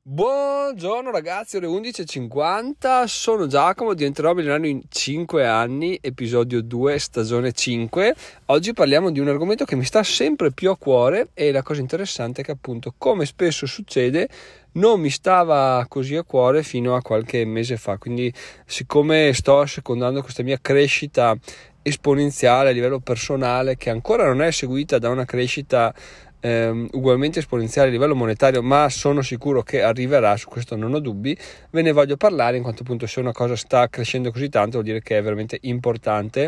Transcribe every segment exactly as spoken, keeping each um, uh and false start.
Buongiorno ragazzi, ore undici e cinquanta, sono Giacomo, diventerò milionario in cinque anni, episodio due, stagione cinque. Oggi parliamo di un argomento che mi sta sempre più a cuore e la cosa interessante è che appunto, come spesso succede, non mi stava così a cuore fino a qualche mese fa, quindi siccome sto assecondando questa mia crescita esponenziale a livello personale, che ancora non è seguita da una crescita Um, ugualmente esponenziale a livello monetario, ma sono sicuro che arriverà, su questo non ho dubbi, ve ne voglio parlare in quanto appunto se una cosa sta crescendo così tanto vuol dire che è veramente importante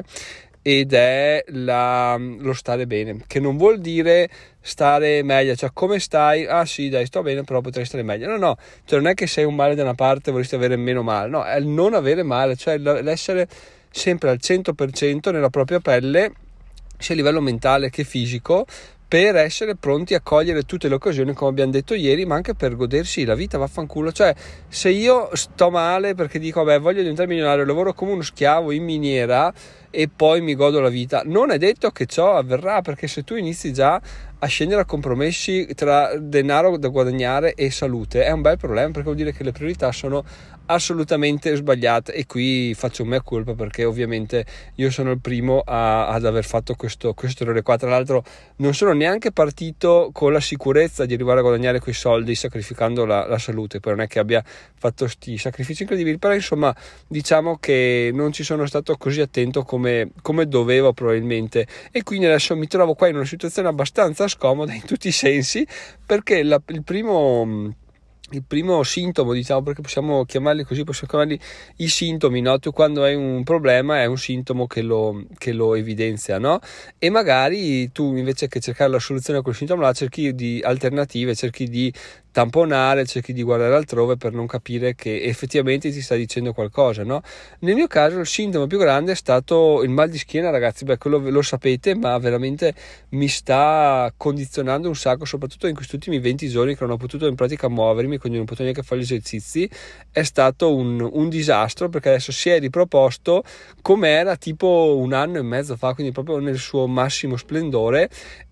ed è la, lo stare bene, che non vuol dire stare meglio, cioè come stai? Ah sì dai, sto bene, però potrei stare meglio. No no, cioè non è che sei un male da una parte e vorresti avere meno male, no, è il non avere male, cioè l'essere sempre al cento per cento nella propria pelle, sia a livello mentale che fisico, per essere pronti a cogliere tutte le occasioni, come abbiamo detto ieri, ma anche per godersi la vita, vaffanculo. Cioè, se io sto male perché dico, vabbè, voglio diventare milionario, lavoro come uno schiavo in miniera e poi mi godo la vita, non è detto che ciò avverrà, perché se tu inizi già a scendere a compromessi tra denaro da guadagnare e salute, è un bel problema, perché vuol dire che le priorità sono assolutamente sbagliate. E qui faccio un mea culpa, perché ovviamente io sono il primo a, ad aver fatto questo, questo errore qua. Tra l'altro non sono neanche partito con la sicurezza di arrivare a guadagnare quei soldi sacrificando la, la salute, poi non è che abbia fatto sti sacrifici incredibili, però insomma diciamo che non ci sono stato così attento come, come dovevo probabilmente, e quindi adesso mi trovo qua in una situazione abbastanza scomoda in tutti i sensi, perché la, il primo il primo sintomo, diciamo, perché possiamo chiamarli così, possiamo chiamarli i sintomi, no? Tu quando hai un problema è un sintomo che lo, che lo evidenzia, no? E magari tu invece che cercare la soluzione a quel sintomo là cerchi di alternative, cerchi di tamponare, cerchi di guardare altrove per non capire che effettivamente ti sta dicendo qualcosa, no? Nel mio caso il sintomo più grande è stato il mal di schiena, ragazzi. Beh, quello lo sapete, ma veramente mi sta condizionando un sacco, soprattutto in questi ultimi venti giorni che non ho potuto in pratica muovermi, quindi non potevo neanche fare gli esercizi. È stato un, un disastro, perché adesso si è riproposto come era tipo un anno e mezzo fa, quindi proprio nel suo massimo splendore,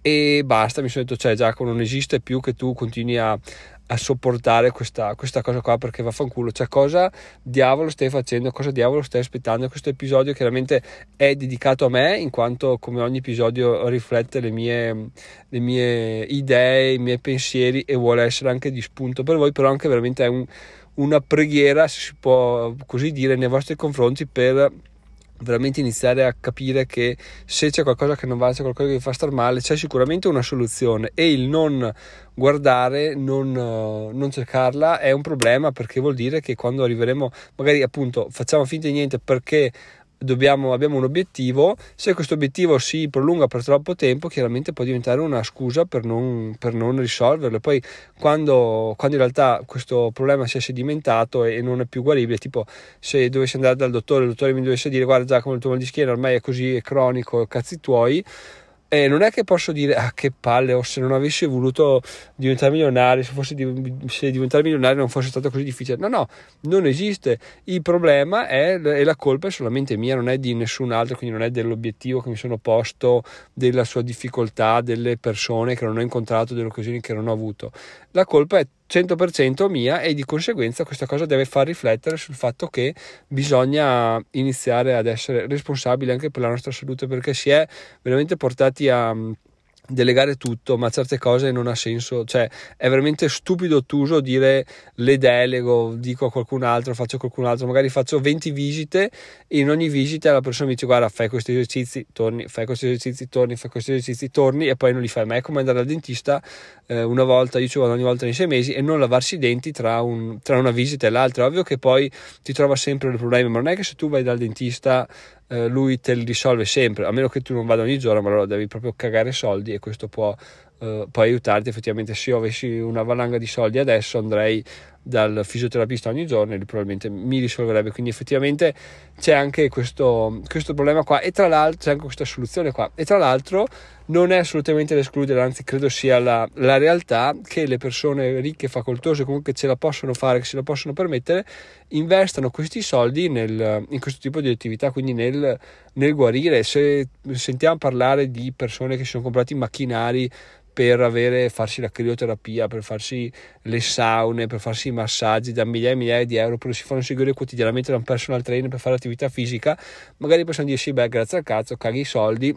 e basta. Mi sono detto, cioè Giacomo, non esiste più che tu continui a a sopportare questa, questa cosa qua, perché vaffanculo, cioè cosa diavolo stai facendo, cosa diavolo stai aspettando. Questo episodio chiaramente è dedicato a me, in quanto come ogni episodio riflette le mie, le mie idee, i miei pensieri, e vuole essere anche di spunto per voi, però anche veramente è un, una preghiera, se si può così dire, nei vostri confronti, per veramente iniziare a capire che se c'è qualcosa che non va, c'è qualcosa che vi fa star male, c'è sicuramente una soluzione, e il non guardare, non, non cercarla è un problema, perché vuol dire che quando arriveremo, magari appunto facciamo finta di niente perché dobbiamo, abbiamo un obiettivo. Se questo obiettivo si prolunga per troppo tempo, chiaramente può diventare una scusa per non, per non risolverlo. Poi quando, quando in realtà questo problema si è sedimentato e non è più guaribile, tipo se dovessi andare dal dottore, il dottore mi dovesse dire, guarda Giacomo, il tuo mal di schiena ormai è così, è cronico, cazzi tuoi, e non è che posso dire, ah che palle, o se non avessi voluto diventare milionario, se, fosse, se diventare milionario non fosse stato così difficile. No, no, non esiste. Il problema è, e la colpa è solamente mia, non è di nessun altro, quindi non è dell'obiettivo che mi sono posto, della sua difficoltà, delle persone che non ho incontrato, delle occasioni che non ho avuto. La colpa è cento per cento mia, e di conseguenza questa cosa deve far riflettere sul fatto che bisogna iniziare ad essere responsabili anche per la nostra salute, perché si è veramente portati a delegare tutto, ma certe cose non ha senso. Cioè è veramente stupido, ottuso dire le delego, dico a qualcun altro, faccio a qualcun altro, magari faccio venti visite e in ogni visita la persona mi dice, guarda, fai questi esercizi, torni, fai questi esercizi, torni, fai questi esercizi, torni, e poi non li fai. Ma è come andare al dentista eh, una volta, io ci vado ogni volta nei sei mesi, e non lavarsi i denti tra, un, tra una visita e l'altra. È ovvio che poi ti trova sempre dei problemi, ma non è che se tu vai dal dentista Uh, lui te li risolve sempre, a meno che tu non vada ogni giorno, ma allora devi proprio cagare soldi, e questo può, uh, può aiutarti. Effettivamente se io avessi una valanga di soldi adesso andrei dal fisioterapista ogni giorno e lui probabilmente mi risolverebbe. Quindi effettivamente c'è anche questo, questo problema qua, e tra l'altro c'è anche questa soluzione qua, e tra l'altro non è assolutamente da escludere, anzi credo sia la, la realtà, che le persone ricche, facoltose, comunque ce la possono fare, che se la possono permettere, investano questi soldi nel, in questo tipo di attività, quindi nel, nel guarire. Se sentiamo parlare di persone che si sono comprati macchinari per avere, farsi la crioterapia, per farsi le saune, per farsi trattamenti, massaggi da migliaia e migliaia di euro, però si fanno seguire quotidianamente da un personal trainer per fare attività fisica, magari possiamo dirsi beh, grazie al cazzo, caghi i soldi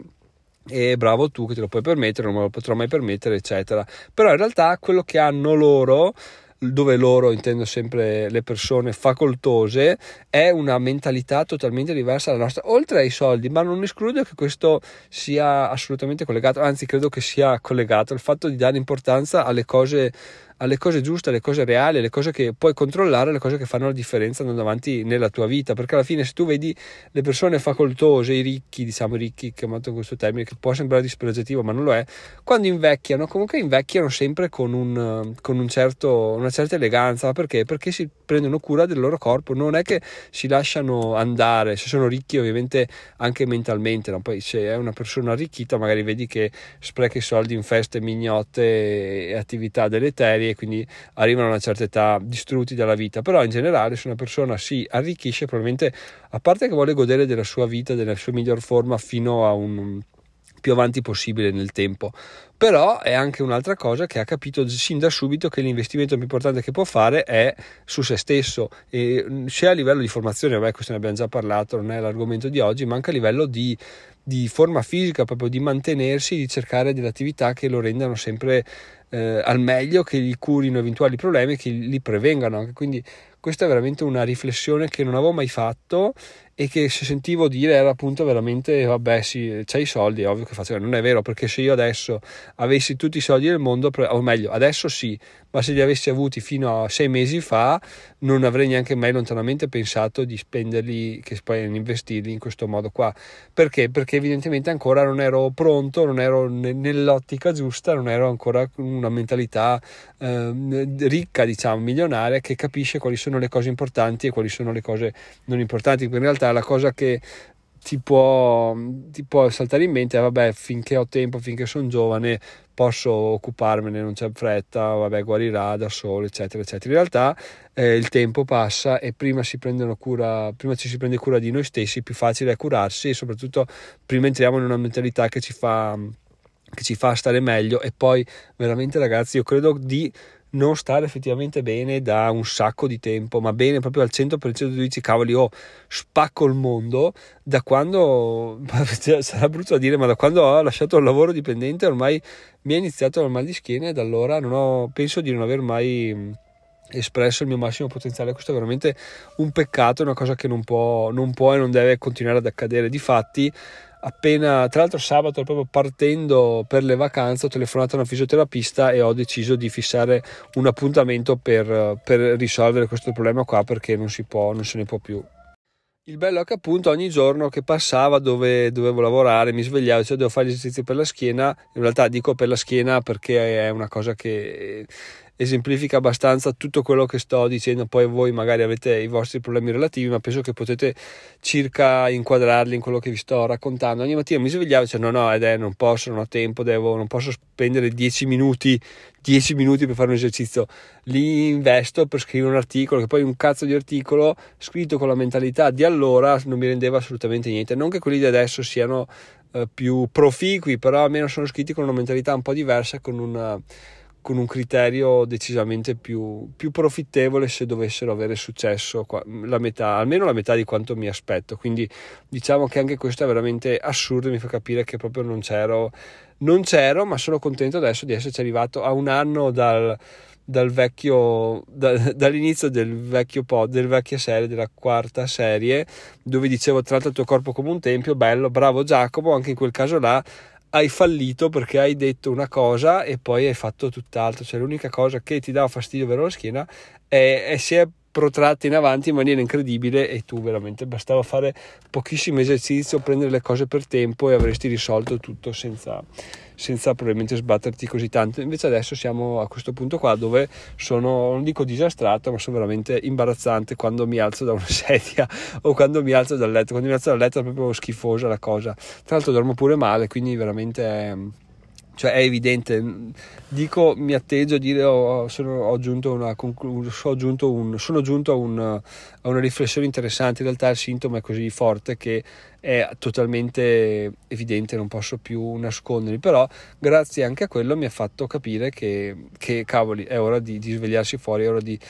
e bravo tu che te lo puoi permettere, non me lo potrò mai permettere, eccetera. Però in realtà quello che hanno loro, dove loro intendo sempre le persone facoltose, è una mentalità totalmente diversa dalla nostra, oltre ai soldi, ma non escludo che questo sia assolutamente collegato, anzi credo che sia collegato al fatto di dare importanza alle cose alle cose giuste, alle cose reali, alle cose che puoi controllare, alle cose che fanno la differenza andando avanti nella tua vita, perché alla fine se tu vedi le persone facoltose, i ricchi, diciamo ricchi, chiamato questo termine che può sembrare dispregiativo ma non lo è, quando invecchiano comunque invecchiano sempre con un, con un certo, una certa eleganza. Perché? Perché si prendono cura del loro corpo, non è che si lasciano andare, se sono ricchi ovviamente anche mentalmente, no? Poi se è una persona arricchita magari vedi che spreca i soldi in feste mignotte e attività deleterie, e quindi arrivano a una certa età distrutti dalla vita. Però in generale se una persona si arricchisce, probabilmente, a parte che vuole godere della sua vita, della sua miglior forma fino a un più avanti possibile nel tempo, però è anche un'altra cosa che ha capito sin da subito che l'investimento più importante che può fare è su se stesso, e sia a livello di formazione, vabbè questo ne abbiamo già parlato, non è l'argomento di oggi, ma anche a livello di di forma fisica, proprio di mantenersi, di cercare delle attività che lo rendano sempre eh, al meglio, che gli curino eventuali problemi, che li prevengano anche. Quindi questa è veramente una riflessione che non avevo mai fatto e che se sentivo dire era appunto veramente vabbè sì, c'hai i soldi, è ovvio che faccio. Non è vero, perché se io adesso avessi tutti i soldi del mondo, o meglio adesso sì, ma se li avessi avuti fino a sei mesi fa non avrei neanche mai lontanamente pensato di spenderli, che poi investirli in questo modo qua. Perché? Perché evidentemente ancora non ero pronto, non ero nell'ottica giusta, non ero ancora con una mentalità eh, ricca, diciamo milionaria, che capisce quali sono le cose importanti e quali sono le cose non importanti. In realtà la cosa che ti può, ti può saltare in mente è vabbè, finché ho tempo, finché sono giovane posso occuparmene, non c'è fretta, vabbè guarirà da solo, eccetera eccetera. In realtà eh, il tempo passa e prima si prendono cura, prima ci si prende cura di noi stessi, più facile è curarsi, e soprattutto prima entriamo in una mentalità che ci fa che ci fa stare meglio. E poi veramente ragazzi, io credo di non stare effettivamente bene da un sacco di tempo, ma bene proprio al cento per cento. Tu dici cavoli, oh, spacco il mondo da quando sarà brutto a dire, ma da quando ho lasciato il lavoro dipendente ormai mi è iniziato il mal di schiena, e da allora non ho, penso di non aver mai espresso il mio massimo potenziale. Questo è veramente un peccato, è una cosa che non può, non può e non deve continuare ad accadere. Difatti appena, tra l'altro sabato proprio partendo per le vacanze, ho telefonato a una fisioterapista e ho deciso di fissare un appuntamento per, per risolvere questo problema qua, perché non si può, non se ne può più. Il bello è che appunto ogni giorno che passava dove dovevo lavorare mi svegliavo, cioè devo fare gli esercizi per la schiena. In realtà dico per la schiena perché è una cosa che esemplifica abbastanza tutto quello che sto dicendo. Poi voi magari avete i vostri problemi relativi, ma penso che potete circa inquadrarli in quello che vi sto raccontando. Ogni mattina mi svegliavo e dicevo no no ed è, non posso, non ho tempo, devo, non posso spendere dieci minuti dieci minuti per fare un esercizio. Li investo per scrivere un articolo, che poi un cazzo di articolo scritto con la mentalità di allora non mi rendeva assolutamente niente. Non che quelli di adesso siano eh, più proficui, però almeno sono scritti con una mentalità un po' diversa, con una con un criterio decisamente più, più profittevole se dovessero avere successo, la metà, almeno la metà di quanto mi aspetto. Quindi diciamo che anche questo è veramente assurdo, mi fa capire che proprio non c'ero, non c'ero, ma sono contento adesso di esserci arrivato a un anno dal, dal vecchio, da, dall'inizio del vecchio pod, del vecchia serie, della quarta serie, dove dicevo tratta il tuo corpo come un tempio. Bello, bravo Giacomo, anche in quel caso là hai fallito perché hai detto una cosa e poi hai fatto tutt'altro. Cioè l'unica cosa che ti dava fastidio per la schiena è, è si è protratta in avanti in maniera incredibile, e tu veramente bastava fare pochissimo esercizio, prendere le cose per tempo e avresti risolto tutto senza, senza probabilmente sbatterti così tanto. Invece adesso siamo a questo punto qua dove sono, non dico disastrato, ma sono veramente imbarazzante quando mi alzo da una sedia o quando mi alzo dal letto. Quando mi alzo dal letto è proprio schifosa la cosa. Tra l'altro dormo pure male, quindi veramente è, cioè è evidente. Dico, mi atteggio a dire ho, sono, ho giunto una conclu- ho giunto un, sono giunto a, un, a una riflessione interessante. In realtà il sintomo è così forte che è totalmente evidente, non posso più nasconderli, però grazie anche a quello mi ha fatto capire che, che cavoli, è ora di, di svegliarsi fuori, è ora di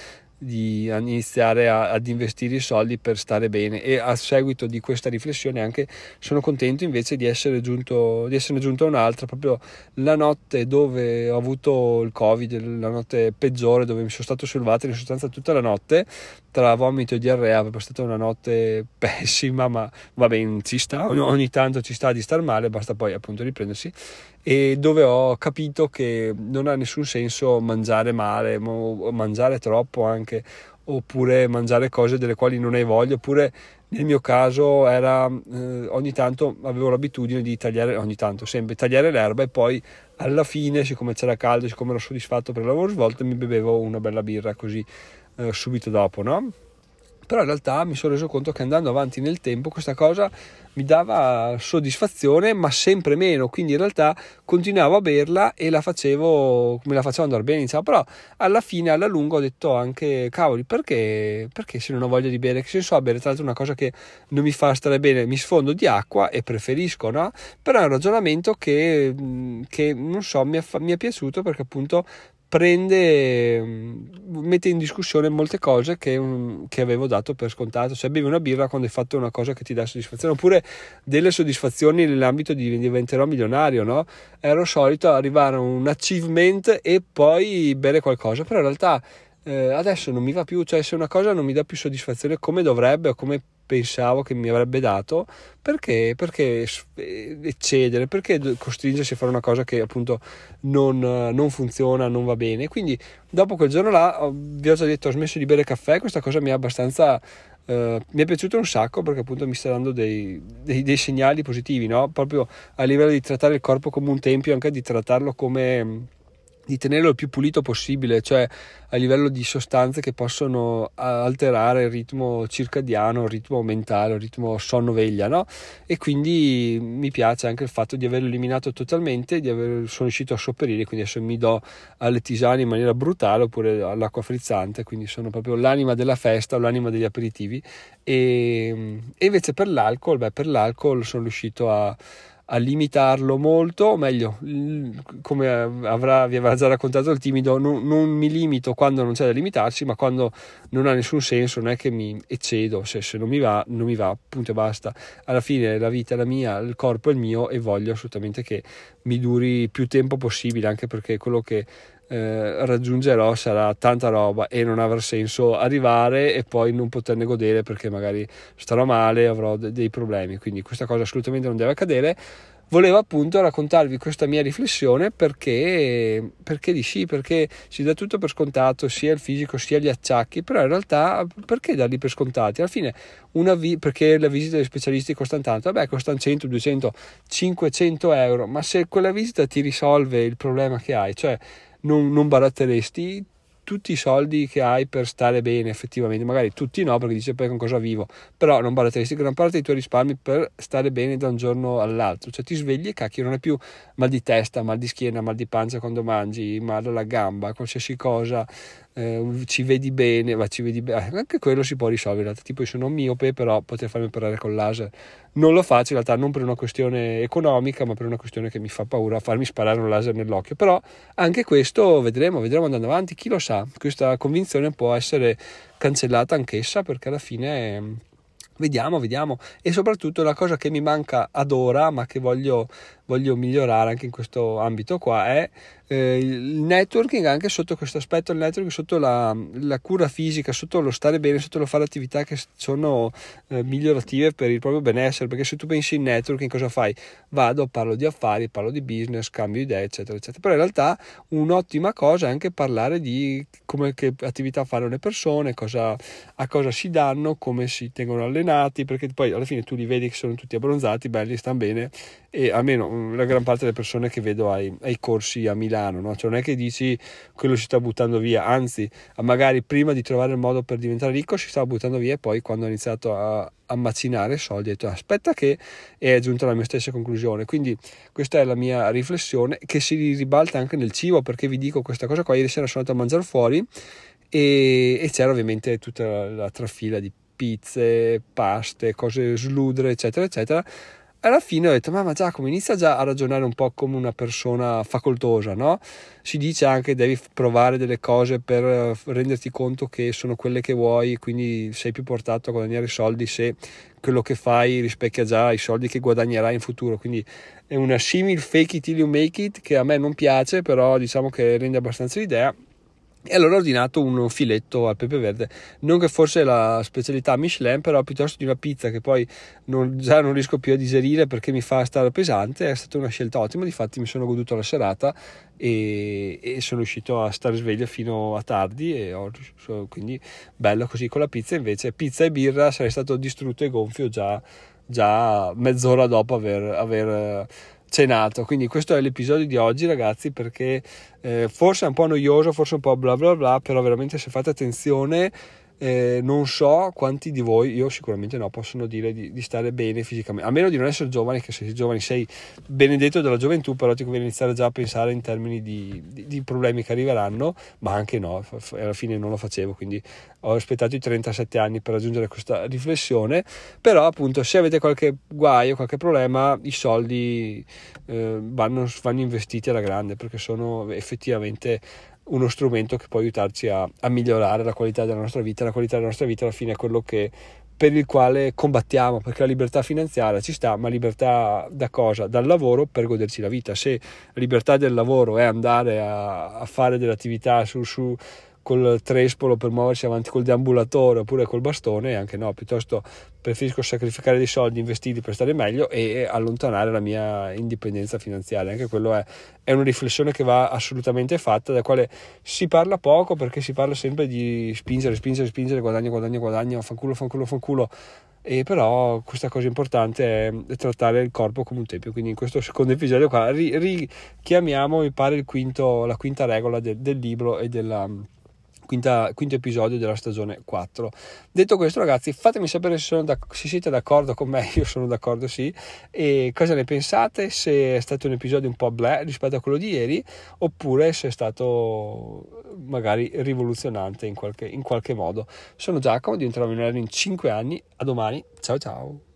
di iniziare a, ad investire i soldi per stare bene. E a seguito di questa riflessione anche sono contento invece di essere giunto di essere giunto a un'altra, proprio la notte dove ho avuto il Covid, la notte peggiore, dove mi sono stato sul water in sostanza tutta la notte tra vomito e diarrea. È stata una notte pessima, ma va bene, ci sta, ogni tanto ci sta di star male, basta poi appunto riprendersi, e dove ho capito che non ha nessun senso mangiare male o mangiare troppo anche, oppure mangiare cose delle quali non hai voglia, oppure nel mio caso era eh, ogni tanto avevo l'abitudine di tagliare, ogni tanto sempre tagliare l'erba, e poi alla fine, siccome c'era caldo, siccome ero soddisfatto per il lavoro svolto, mi bevevo una bella birra così eh, subito dopo, no? Però in realtà mi sono reso conto che andando avanti nel tempo questa cosa mi dava soddisfazione, ma sempre meno, quindi in realtà continuavo a berla e la facevo, me la facevo andare bene, iniziavo, però alla fine, alla lunga ho detto anche, cavoli, perché, perché se non ho voglia di bere, che senso ha bere? Tra l'altro una cosa che non mi fa stare bene, mi sfondo di acqua e preferisco, no? Però è un ragionamento che, che non so, mi è, mi è piaciuto, perché appunto prende, mette in discussione molte cose che, che avevo dato per scontato. Cioè, bevi una birra quando hai fatto una cosa che ti dà soddisfazione, oppure delle soddisfazioni nell'ambito di diventerò milionario, no? Ero solito arrivare a un achievement e poi bere qualcosa, però in realtà eh, adesso non mi va più. Cioè, se una cosa non mi dà più soddisfazione come dovrebbe o come pensavo che mi avrebbe dato, perché perché eccedere, perché costringersi a fare una cosa che appunto non, non funziona, non va bene. Quindi dopo quel giorno là, vi ho già detto, ho smesso di bere caffè. Questa cosa mi ha abbastanza Uh, mi è piaciuto un sacco, perché appunto mi sta dando dei, dei, dei segnali positivi, no? Proprio a livello di trattare il corpo come un tempio, anche di trattarlo come, di tenerlo il più pulito possibile, cioè a livello di sostanze che possono alterare il ritmo circadiano, il ritmo mentale, il ritmo sonno-veglia, no? E quindi mi piace anche il fatto di averlo eliminato totalmente, di aver, sono riuscito a sopperire, quindi adesso mi do alle tisane in maniera brutale, oppure all'acqua frizzante, quindi sono proprio l'anima della festa, l'anima degli aperitivi. E, e invece per l'alcol, beh, per l'alcol sono riuscito a a limitarlo molto, o meglio, come avrà, vi avrà già raccontato il timido, non, non mi limito quando non c'è da limitarsi, ma quando non ha nessun senso, non è che mi eccedo. Se, se non mi va, non mi va, punto e basta. Alla fine la vita è la mia, il corpo è il mio, e voglio assolutamente che mi duri più tempo possibile, anche perché quello che Eh, raggiungerò sarà tanta roba e non avrà senso arrivare e poi non poterne godere, perché magari starò male, avrò de- dei problemi. Quindi questa cosa assolutamente non deve accadere. Volevo appunto raccontarvi questa mia riflessione, perché perché di sì, perché si dà tutto per scontato, sia il fisico sia gli acciacchi, però in realtà perché darli per scontati? Alla fine una vi- perché la visita degli specialisti costa tanto, vabbè, costano cento, duecento, cinquecento euro, ma se quella visita ti risolve il problema che hai, cioè non, non baratteresti tutti i soldi che hai per stare bene effettivamente, magari tutti no, perché dice poi con cosa vivo, però non baratteresti gran parte dei tuoi risparmi per stare bene da un giorno all'altro. Cioè ti svegli e cacchio, non è più mal di testa, mal di schiena, mal di pancia quando mangi, mal alla gamba, qualsiasi cosa, eh, ci vedi bene, ma ci vedi bene, anche quello si può risolvere. Tipo io sono miope, però potrei farmi operare col laser, non lo faccio in realtà, non per una questione economica, ma per una questione che mi fa paura farmi sparare un laser nell'occhio. Però anche questo vedremo, vedremo andando avanti, chi lo sa, questa convinzione può essere cancellata anch'essa, perché alla fine vediamo, vediamo. E soprattutto la cosa che mi manca ad ora, ma che voglio, voglio migliorare anche in questo ambito qua, è eh, il networking, anche sotto questo aspetto, il networking sotto la, la cura fisica, sotto lo stare bene, sotto lo fare attività che sono eh, migliorative per il proprio benessere. Perché se tu pensi in networking, cosa fai? Vado, parlo di affari, parlo di business, cambio idee, eccetera eccetera. Però in realtà un'ottima cosa è anche parlare di come, che attività fanno le persone, cosa, a cosa si danno, come si tengono allenati, perché poi alla fine tu li vedi che sono tutti abbronzati, belli, stanno bene, e almeno la gran parte delle persone che vedo ai, ai corsi a Milano, no? Cioè non è che dici quello si sta buttando via, anzi magari prima di trovare il modo per diventare ricco si stava buttando via, e poi quando ha iniziato a, a macinare soldi ha detto aspetta che, è giunto alla mia stessa conclusione. Quindi questa è la mia riflessione, che si ribalta anche nel cibo, perché vi dico questa cosa qua: ieri sera sono andato a mangiare fuori e, e c'era ovviamente tutta la, la trafila di pizze, paste, cose sludre, eccetera eccetera. alla fine ho detto, ma, ma Giacomo, inizia già a ragionare un po' come una persona facoltosa, no? Si dice anche che devi provare delle cose per renderti conto che sono quelle che vuoi, quindi sei più portato a guadagnare soldi se quello che fai rispecchia già i soldi che guadagnerai in futuro. Quindi è una simile fake it till you make it, che a me non piace, però diciamo che rende abbastanza l'idea. E allora ho ordinato un filetto al pepe verde, non che fosse la specialità Michelin, però piuttosto di una pizza che poi non, già non riesco più a digerire perché mi fa stare pesante. È stata una scelta ottima, difatti mi sono goduto la serata e, e sono riuscito a stare sveglio fino a tardi, e ho, quindi bello così. Con la pizza invece, pizza e birra, sarei stato distrutto e gonfio già, già mezz'ora dopo aver, aver cenato. Quindi questo è l'episodio di oggi, ragazzi, perché eh, forse è un po' noioso, forse un po' bla bla bla, però veramente se fate attenzione, eh, non so quanti di voi, io sicuramente no, possono dire di, di stare bene fisicamente, a meno di non essere giovani, che se sei giovani sei benedetto della gioventù, però ti conviene iniziare già a pensare in termini di, di, di problemi che arriveranno, ma anche no, alla fine non lo facevo, quindi ho aspettato i trentasette anni per raggiungere questa riflessione. Però appunto, se avete qualche guaio, qualche problema, i soldi eh, vanno, vanno investiti alla grande, perché sono effettivamente uno strumento che può aiutarci a, a migliorare la qualità della nostra vita. La qualità della nostra vita alla fine è quello che, per il quale combattiamo, perché la libertà finanziaria ci sta, ma libertà da cosa? Dal lavoro per goderci la vita. Se la libertà del lavoro è andare a, a fare delle attività su, su col trespolo per muoversi avanti col deambulatore oppure col bastone, anche no, piuttosto preferisco sacrificare dei soldi investiti per stare meglio e allontanare la mia indipendenza finanziaria. Anche quello è, è una riflessione che va assolutamente fatta, da quale si parla poco, perché si parla sempre di spingere, spingere, spingere, guadagno, guadagno, guadagno, fanculo, fanculo, fanculo. E però questa cosa importante è, è trattare il corpo come un tempio. Quindi in questo secondo episodio qua ri, richiamiamo, mi pare, il quinto, la quinta regola de, del libro e della Quinta, quinto episodio della stagione quattro. Detto questo, ragazzi, fatemi sapere se, sono da, se siete d'accordo con me. Io sono d'accordo, sì. E cosa ne pensate, se è stato un episodio un po' bleh rispetto a quello di ieri, oppure se è stato magari rivoluzionante in qualche, in qualche modo. Sono Giacomo, diventerò milionario in cinque anni. A domani, ciao ciao.